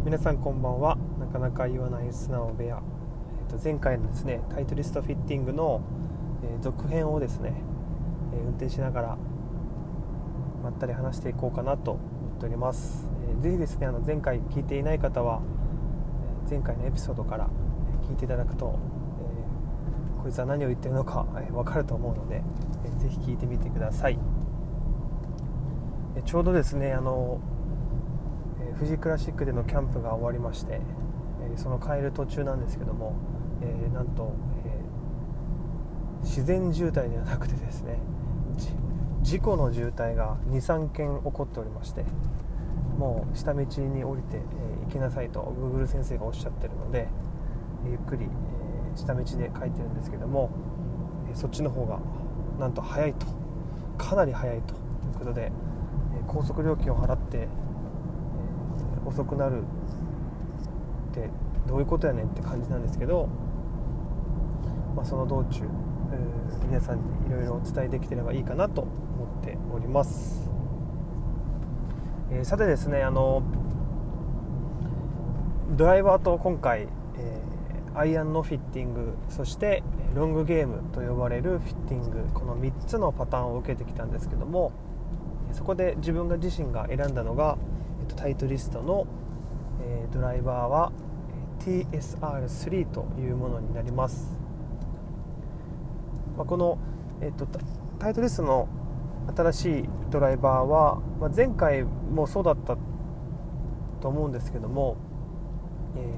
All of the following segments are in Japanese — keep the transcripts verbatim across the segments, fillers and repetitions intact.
皆さんこんばんは。なかなか言わない素直部屋、えー、と前回のですねタイトリストフィッティングの、えー、続編をですね、えー、運転しながらまったり話していこうかなと思っております。えー、ぜひですねあの前回聞いていない方は、えー、前回のエピソードから聞いていただくと、えー、こいつは何を言ってるのか、えー、分かると思うので、えー、ぜひ聞いてみてください。えー、ちょうどですねあの富士クラシックでのキャンプが終わりまして、えー、その帰る途中なんですけども、えー、なんと、えー、自然渋滞ではなくてですね事故の渋滞が にさんけん起こっておりまして、もう下道に降りて、えー、行きなさいと Google 先生がおっしゃってるので、ゆっくり、えー、下道で帰ってるんですけども、えー、そっちの方がなんと早いと、かなり早いということで、えー、高速料金を払って遅くなるってどういうことやねんって感じなんですけど、まあ、その道中、えー、皆さんにいろいろお伝えできてればいいかなと思っております。えー、さてですねあのドライバーと今回、えー、アイアンのフィッティング、そしてロングゲームと呼ばれるフィッティング、このみっつのパターンを受けてきたんですけども、そこで自分が自身が選んだのがタイトリストの、えー、ドライバーは ティーエスアールスリー というものになります。まあ、この、えー、とタイトリストの新しいドライバーは、まあ、前回もそうだったと思うんですけども、え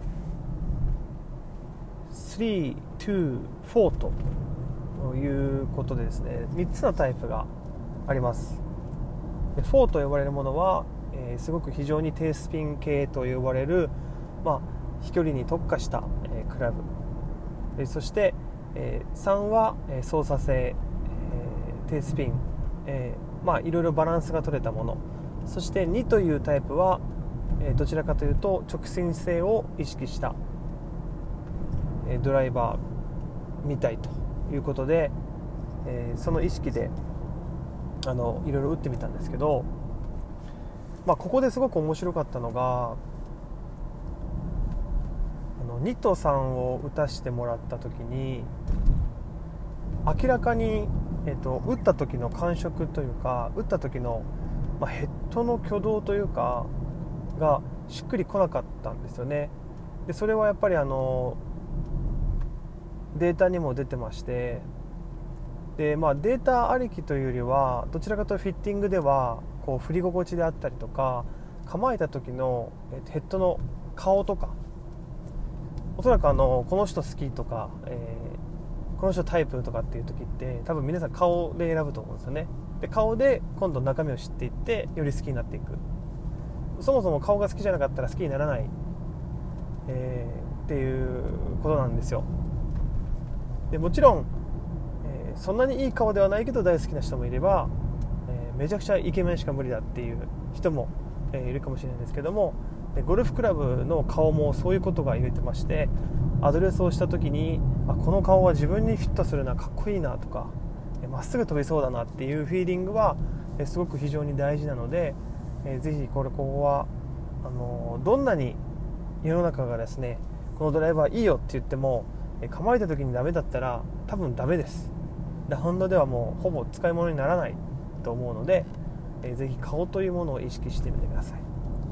ー、スリー、ツー、フォーということでですね、みっつのタイプがあります。でフォーと呼ばれるものはえー、すごく非常に低スピン系と呼ばれる、まあ、飛距離に特化した、えー、クラブ、えー、そして、えー、さんは、えー、操作性、えー、低スピン、えー、まあいろいろバランスが取れたもの、そしてにというタイプは、えー、どちらかというと直線性を意識した、えー、ドライバーみたいということで、えー、その意識であのいろいろ打ってみたんですけど、まあ、ここですごく面白かったのが、あのにとさんを打たしてもらった時に明らかに、えっと、打った時の感触というか、打った時の、まあ、ヘッドの挙動というかがしっくりこなかったんですよね。でそれはやっぱりあのデータにも出てまして、で、まあ、データありきというよりはどちらかというとフィッティングではこう振り心地であったりとか、構えた時のヘッドの顔とか、おそらくあのこの人好きとか、えー、この人タイプとかっていう時って多分皆さん顔で選ぶと思うんですよね。で顔で今度中身を知っていってより好きになっていく。そもそも顔が好きじゃなかったら好きにならない、えー、っていうことなんですよ。でもちろん、えー、そんなにいい顔ではないけど大好きな人もいれば、めちゃくちゃイケメンしか無理だっていう人も、えー、いるかもしれないんですけども、ゴルフクラブの顔もそういうことが言えてまして、アドレスをした時にあこの顔は自分にフィットするな、かっこいいなとか、まっすぐ飛びそうだなっていうフィーリングは、えー、すごく非常に大事なので、えー、ぜひこれここはあのー、どんなに世の中がですねこのドライバーいいよって言っても、えー、構えた時にダメだったら多分ダメです。ラウンドではもうほぼ使い物にならないと思うので、えー、ぜひ顔というものを意識してみてください。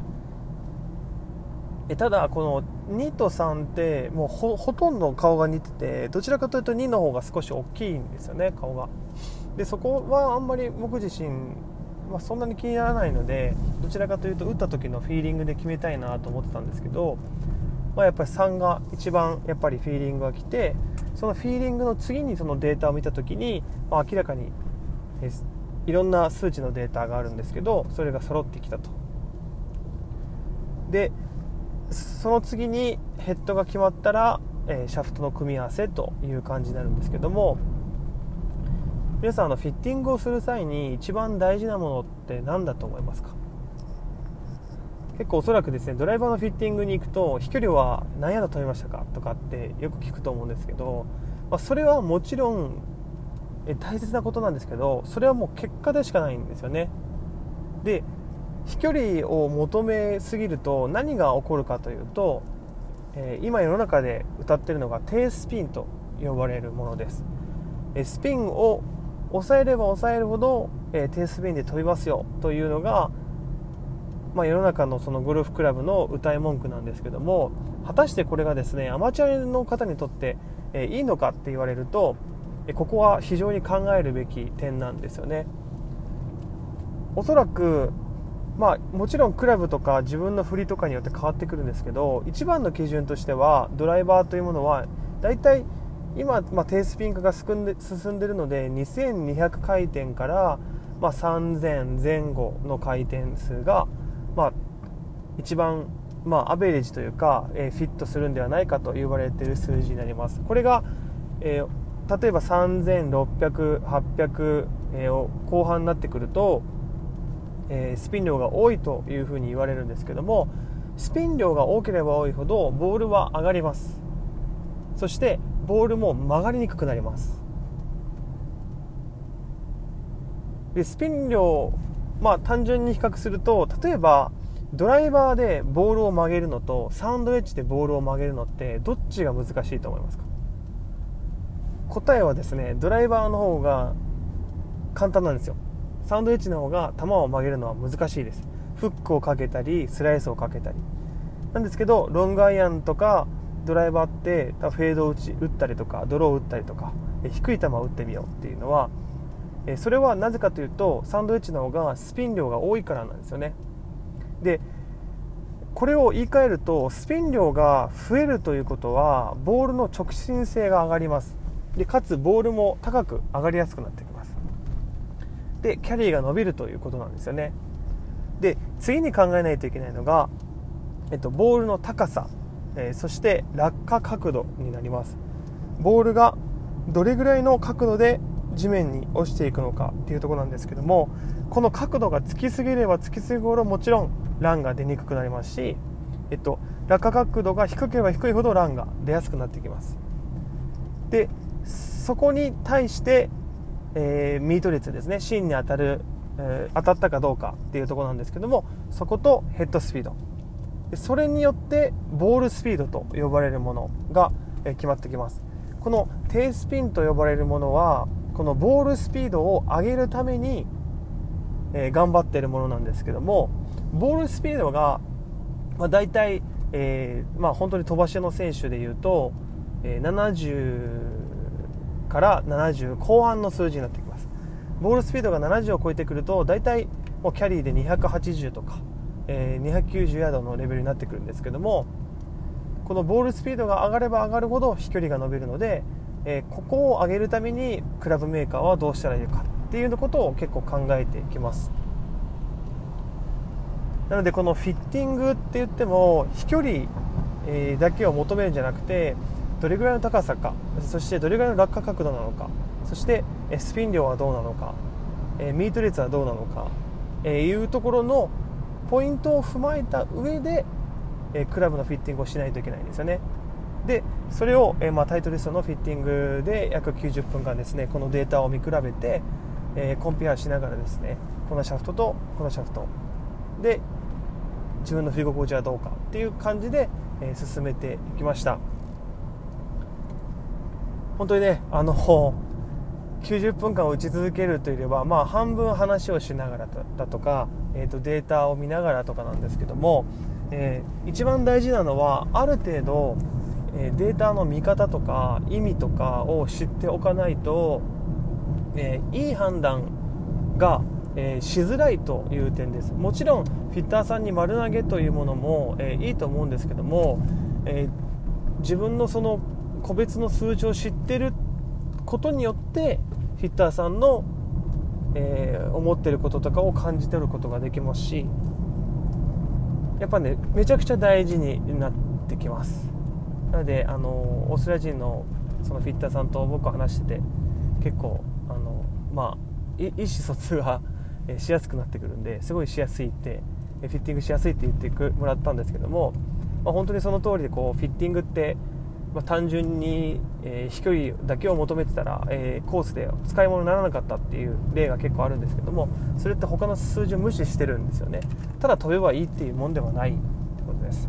えただこのにとさんってもう ほ, ほとんど顔が似てて、どちらかというとにの方が少し大きいんですよね、顔が。でそこはあんまり僕自身、まあ、そんなに気にならないので、どちらかというと打った時のフィーリングで決めたいなと思ってたんですけど、まあ、やっぱりさんが一番やっぱりフィーリングが来て、そのフィーリングの次にそのデータを見た時に、まあ、明らかにえいろんな数値のデータがあるんですけど、それが揃ってきたと。でその次にヘッドが決まったら、えー、シャフトの組み合わせという感じになるんですけども、皆さんあのフィッティングをする際に一番大事なものって何だと思いますか？結構おそらくですね、ドライバーのフィッティングに行くと飛距離は何ヤード飛びましたかとかってよく聞くと思うんですけど、まあ、それはもちろんえ大切なことなんですけど、それはもう結果でしかないんですよね。で飛距離を求めすぎると何が起こるかというと、えー、今世の中で歌っているのが低スピンと呼ばれるものです。えー、スピンを抑えれば抑えるほど、えー、低スピンで飛びますよというのが、まあ、世の中のそのゴルフクラブの謳い文句なんですけども、果たしてこれがですねアマチュアの方にとって、えー、いいのかって言われると、えー、ここは非常に考えるべき点なんですよね。おそらくまあ、もちろんクラブとか自分の振りとかによって変わってくるんですけど、一番の基準としてはドライバーというものはだいたい今、まあ、低スピン化が進んで、進んでいるのでにせんにひゃく回転から、まあ、さんぜんぜん後の回転数が、まあ、一番、まあ、アベレージというか、えー、フィットするんではないかと言われている数字になります。これが、えー、例えばさんぜんろっぴゃく、はっぴゃく、えー、後半になってくるとえー、スピン量が多いというふうに言われるんですけども、スピン量が多ければ多いほどボールは上がります。そしてボールも曲がりにくくなります。でスピン量、まあ単純に比較すると、例えばドライバーでボールを曲げるのとサンドエッジでボールを曲げるのってどっちが難しいと思いますか？答えはですね、ドライバーの方が簡単なんですよ。サンドエッジの方が球を曲げるのは難しいです。フックをかけたりスライスをかけたりなんですけど、ロングアイアンとかドライバーってフェード打ち打ったりとかドロー打ったりとか低い球を打ってみようっていうのは、それはなぜかというとサンドエッジの方がスピン量が多いからなんですよね。でこれを言い換えると、スピン量が増えるということはボールの直進性が上がります。でかつボールも高く上がりやすくなってきます。でキャリーが伸びるということなんですよね。で次に考えないといけないのが、えっと、ボールの高さ、えー、そして落下角度になります。ボールがどれぐらいの角度で地面に落ちていくのかっていうところなんですけども、この角度がつきすぎればつきすぎるほどもちろんランが出にくくなりますし、えっと、落下角度が低ければ低いほどランが出やすくなってきます。でそこに対してえー、ミート率ですね、芯に当たる、えー、当たったかどうかっていうところなんですけども、そことヘッドスピード、それによってボールスピードと呼ばれるものが、えー、決まってきます。この低スピンと呼ばれるものはこのボールスピードを上げるために、えー、頑張っているものなんですけども、ボールスピードが、まあ、大体、えーまあ、本当に飛ばしの選手でいうと、えー、ななじゅうからななじゅう後半の数字になってきます。ボールスピードがななじゅうを超えてくると、だいたいもうキャリーでにひゃくはちじゅうとか、えー、にひゃくきゅうじゅうヤードのレベルになってくるんですけども、このボールスピードが上がれば上がるほど飛距離が伸びるので、えー、ここを上げるためにクラブメーカーはどうしたらいいかっていうことを結構考えていきます。なのでこのフィッティングって言っても飛距離、えー、だけを求めるんじゃなくて、どれぐらいの高さか、そしてどれぐらいの落下角度なのか、そしてスピン量はどうなのか、ミート率はどうなのか、いうところのポイントを踏まえた上でクラブのフィッティングをしないといけないんですよね。でそれを、まあ、タイトリストのフィッティングで約きゅうじゅっぷんかんですね、このデータを見比べて、えー、コンペアしながらですね、このシャフトとこのシャフトで自分の振り心地はどうかっていう感じで、えー、進めていきました。本当にね、あのきゅうじゅっぷんかん打ち続けるというよりは、まあ、半分話をしながらだとか、えー、とデータを見ながらとかなんですけども、えー、一番大事なのはある程度、えー、データの見方とか意味とかを知っておかないと、えー、いい判断が、えー、しづらいという点です。もちろんフィッターさんに丸投げというものも、えー、いいと思うんですけども、えー、自分のその個別の数値を知っていることによってフィッターさんの、えー、思っていることとかを感じ取ることができますし、やっぱねめちゃくちゃ大事になってきます。なのであのオーストラリア人のそのフィッターさんと僕は話してて、結構あの、まあ、意思疎通がしやすくなってくるんで、すごいしやすいってフィッティングしやすいって言ってもらったんですけども、まあ、本当にその通りでこうフィッティングってまあ、単純に、えー、飛距離だけを求めてたら、えー、コースで使い物にならなかったっていう例が結構あるんですけども、それって他の数字を無視してるんですよね。ただ飛べばいいっていうもんではないってことです。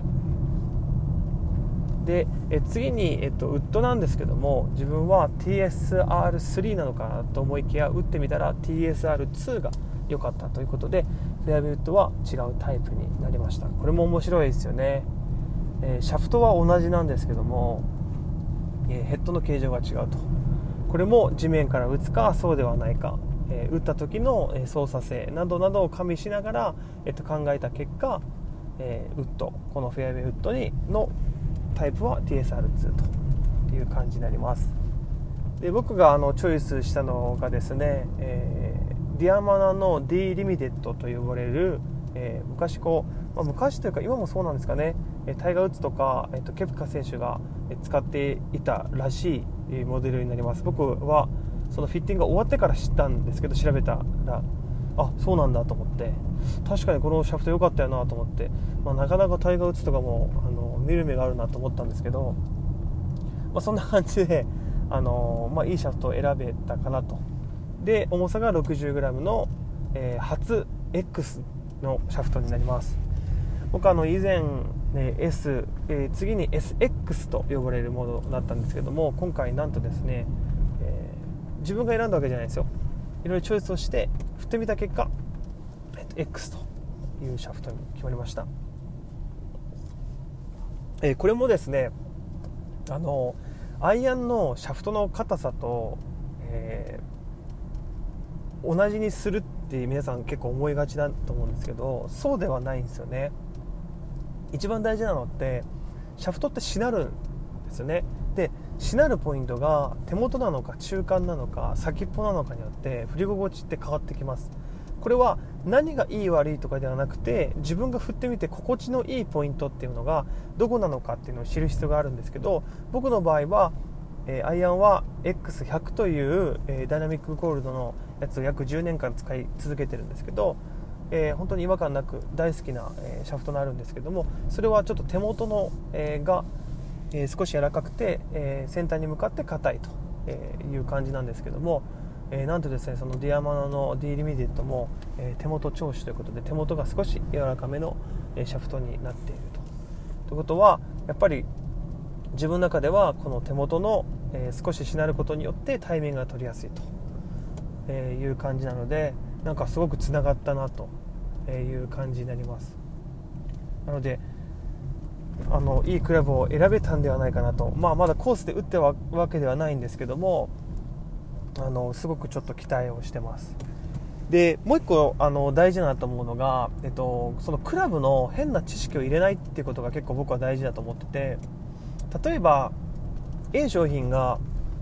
で、え次に、えっと、ウッドなんですけども、自分は ティーエスアールスリー なのかなと思いきや、打ってみたら ティーエスアールツー が良かったということで、フェアウェイウッドは違うタイプになりました。これも面白いですよね。えー、シャフトは同じなんですけども、えー、ヘッドの形状が違うと。これも地面から打つかそうではないか、えー、打った時の操作性などなどを加味しながら、えー、と考えた結果、えー、ウッドこのフェアウェイウッドにのタイプは ティーエスアールツー という感じになります。で、僕があのチョイスしたのがですね、えー、ディアマナの D リミテッドと呼ばれる、えー、昔こう、まあ、昔というか今もそうなんですかね、タイガー・ウッズとか、えー、とケプカ選手が使っていたらしいモデルになります。僕はそのフィッティングが終わってから知ったんですけど、調べたらあ、そうなんだと思って、確かにこのシャフト良かったよなと思って、まあ、なかなかタイガー・ウッズとかもあの見る目があるなと思ったんですけど、まあ、そんな感じで、あのまあ、いいシャフトを選べたかなと。で、重さが ろくじゅうグラム の、えー、初 X のシャフトになります。僕はあの以前、ね、S、えー、次に エスエックス と呼ばれるものだったんですけども、今回なんとですね、えー、自分が選んだわけじゃないですよ。いろいろチョイスをして振ってみた結果、えー、と X というシャフトに決まりました。えー、これもですね、あのアイアンのシャフトの硬さと、えー、同じにするって皆さん結構思いがちだと思うんですけど、そうではないんですよね。一番大事なのってシャフトってしなるんですよね。で、しなるポイントが手元なのか中間なのか先っぽなのかによって振り心地って変わってきます。これは何がいい悪いとかではなくて、自分が振ってみて心地のいいポイントっていうのがどこなのかっていうのを知る必要があるんですけど、僕の場合は、えー、アイアンは エックスひゃく という、えー、ダイナミックゴールドのやつを約じゅうねんかん使い続けてるんですけど、えー、本当に違和感なく大好きな、えー、シャフトになるんですけども、それはちょっと手元の、えー、が、えー、少し柔らかくて、えー、先端に向かって硬いと、えー、いう感じなんですけども、えー、なんとですね、そのディアマナの D リミテッドも、えー、手元調子ということで手元が少し柔らかめの、えー、シャフトになっていると。ということはやっぱり自分の中ではこの手元の、えー、少ししなることによってタイミングが取りやすいと、えー、いう感じなので、なんかすごくつながったなという感じになります。なのであのいいクラブを選べたんではないかなと、まあ、まだコースで打ってはわけではないんですけども、あのすごくちょっと期待をしてます。で、もう一個あの大事だなと思うのが、えっと、そのクラブの変な知識を入れないっていうことが結構僕は大事だと思ってて、例えば A 商品が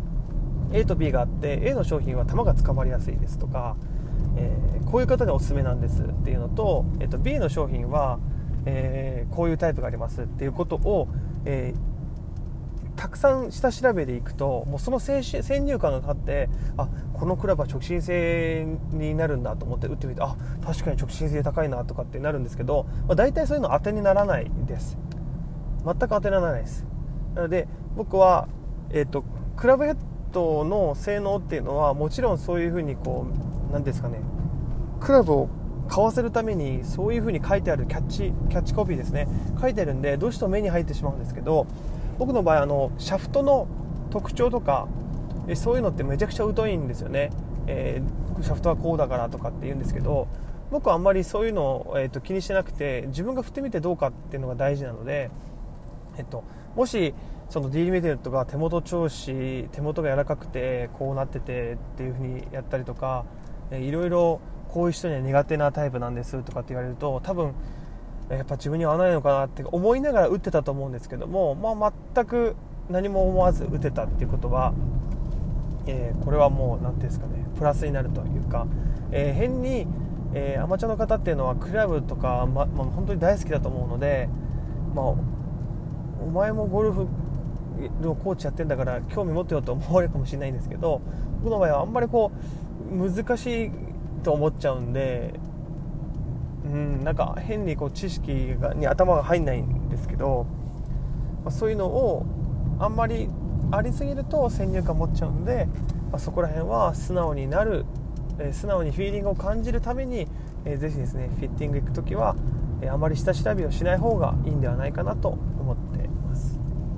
A と B があって、 A の商品は球が捕まりやすいですとか、えー、こういう方におすすめなんですっていうのと、えっと、B の商品は、えー、こういうタイプがありますっていうことを、えー、たくさん下調べでいくと、もうその先入観が立って、あ、このクラブは直進性になるんだと思って打ってみて、あ、確かに直進性高いなとかってなるんですけど、まあ、大体そういうの当てにならないです。全く当てにならないです。なので僕は、えーと、クラブヘッドの性能っていうのはもちろんそういうふうにこう、なんですかね、クラブを買わせるためにそういう風に書いてあるキャッチキャッチコピーですね、書いてあるんでどうしても目に入ってしまうんですけど、僕の場合あのシャフトの特徴とかえそういうのってめちゃくちゃ疎いんですよね。えー、シャフトはこうだからとかって言うんですけど、僕はあんまりそういうのを、えー、と気にしてなくて、自分が振ってみてどうかっていうのが大事なので、えっと、もしその D リミテッドが手元調子、手元が柔らかくてこうなっててっていう風にやったりとか、いろいろこういう人には苦手なタイプなんですとかって言われると、多分やっぱ自分に合わないのかなって思いながら打ってたと思うんですけども、まあ、全く何も思わず打てたっていうことは、えー、これはもう何ていうんですかね、プラスになるというか、えー、変に、えー、アマチュアの方っていうのはクラブとか、ままあ、本当に大好きだと思うので、まあ、お前もゴルフのコーチやってんだから興味持ってよと思われるかもしれないんですけど、僕の場合はあんまりこう難しいと思っちゃうんで、うん、なんか変にこう知識がに頭が入んないんですけど、まあ、そういうのをあんまりありすぎると先入観持っちゃうので、まあ、そこら辺は素直になる、えー、素直にフィーリングを感じるために、えー、ぜひですねフィッティング行くときは、えー、あまり下調べをしない方がいいんではないかなと思っています。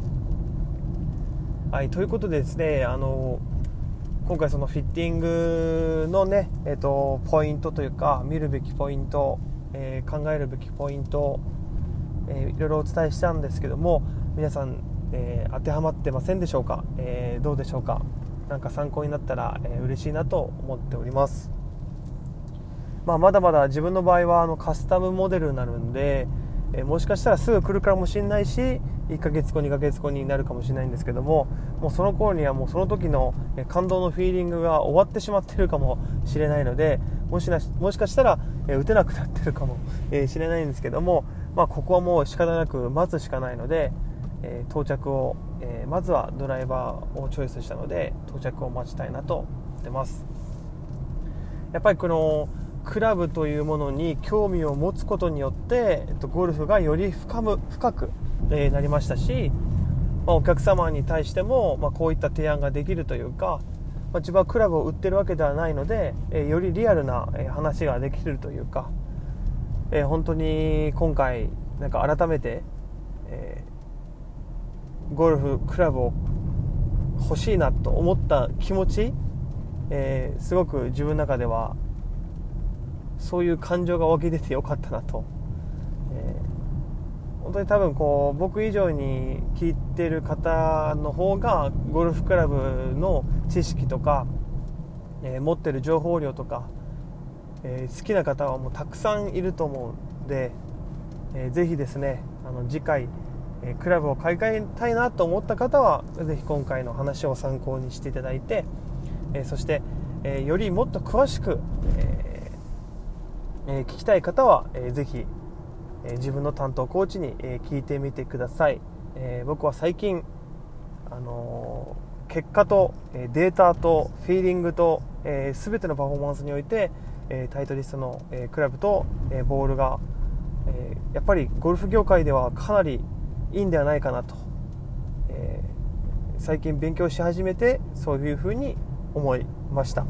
はい、ということでですね、あの今回そのフィッティングのね、えーと、ポイントというか見るべきポイント、えー、考えるべきポイント、えー、いろいろお伝えしたんですけども、皆さん、えー、当てはまってませんでしょうか、えー、どうでしょうか。なんか参考になったら、えー、嬉しいなと思っております。まあ、まだまだ自分の場合はあのカスタムモデルになるんで、えー、もしかしたらすぐ来るかもしれないし、いっかげつごにかげつごになるかもしれないんですけども、もうその頃にはもうその時の感動のフィーリングが終わってしまっているかもしれないので、もしなもしかしたら、えー、打てなくなっているかもしれないんですけども、まあ、ここはもう仕方なく待つしかないので、えー、到着を、えー、まずはドライバーをチョイスしたので到着を待ちたいなと思ってます。やっぱりこのクラブというものに興味を持つことによって、えっと、ゴルフがより深む深く、えー、なりましたし、まあ、お客様に対しても、まあ、こういった提案ができるというか、まあ、自分はクラブを売ってるわけではないので、えー、よりリアルな、えー、話ができるというか、えー、本当に今回なんか改めて、えー、ゴルフクラブを欲しいなと思った気持ち、えー、すごく自分の中ではそういう感情が湧き出てよかったなと、えー、本当に多分こう僕以上に聞いてる方の方がゴルフクラブの知識とか、えー、持ってる情報量とか、えー、好きな方はもうたくさんいると思うんで、えー、ぜひですねあの次回、えー、クラブを買い替えたいなと思った方はぜひ今回の話を参考にしていただいて、えー、そして、えー、よりもっと詳しく、えーえー、聞きたい方は、えー、ぜひ、えー、自分の担当コーチに、えー、聞いてみてください。えー、僕は最近、あのー、結果と、えー、データとフィーリングと、えー、全てのパフォーマンスにおいて、えー、タイトリストの、えー、クラブと、えー、ボールが、えー、やっぱりゴルフ業界ではかなりいいんではないかなと、えー、最近勉強し始めてそういうふうに思いました。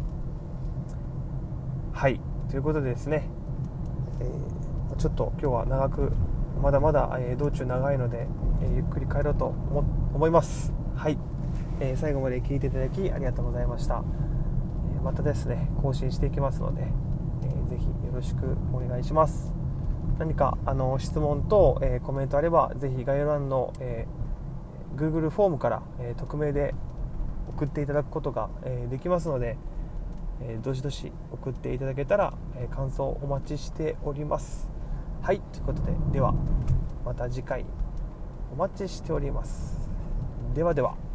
はい、ということでですね、えー、ちょっと今日は長くまだまだ、えー、道中長いので、えー、ゆっくり帰ろうと 思, 思います。はい、えー、最後まで聞いていただきありがとうございました。えー、またですね更新していきますので、えー、ぜひよろしくお願いします。何かあの質問と、えー、コメントあればぜひ概要欄の、えー、Google フォームから、えー、匿名で送っていただくことが、えー、できますので、えー、どしどし送っていただけたら、えー、感想お待ちしております。はい、ということで、ではまた次回お待ちしております。ではでは。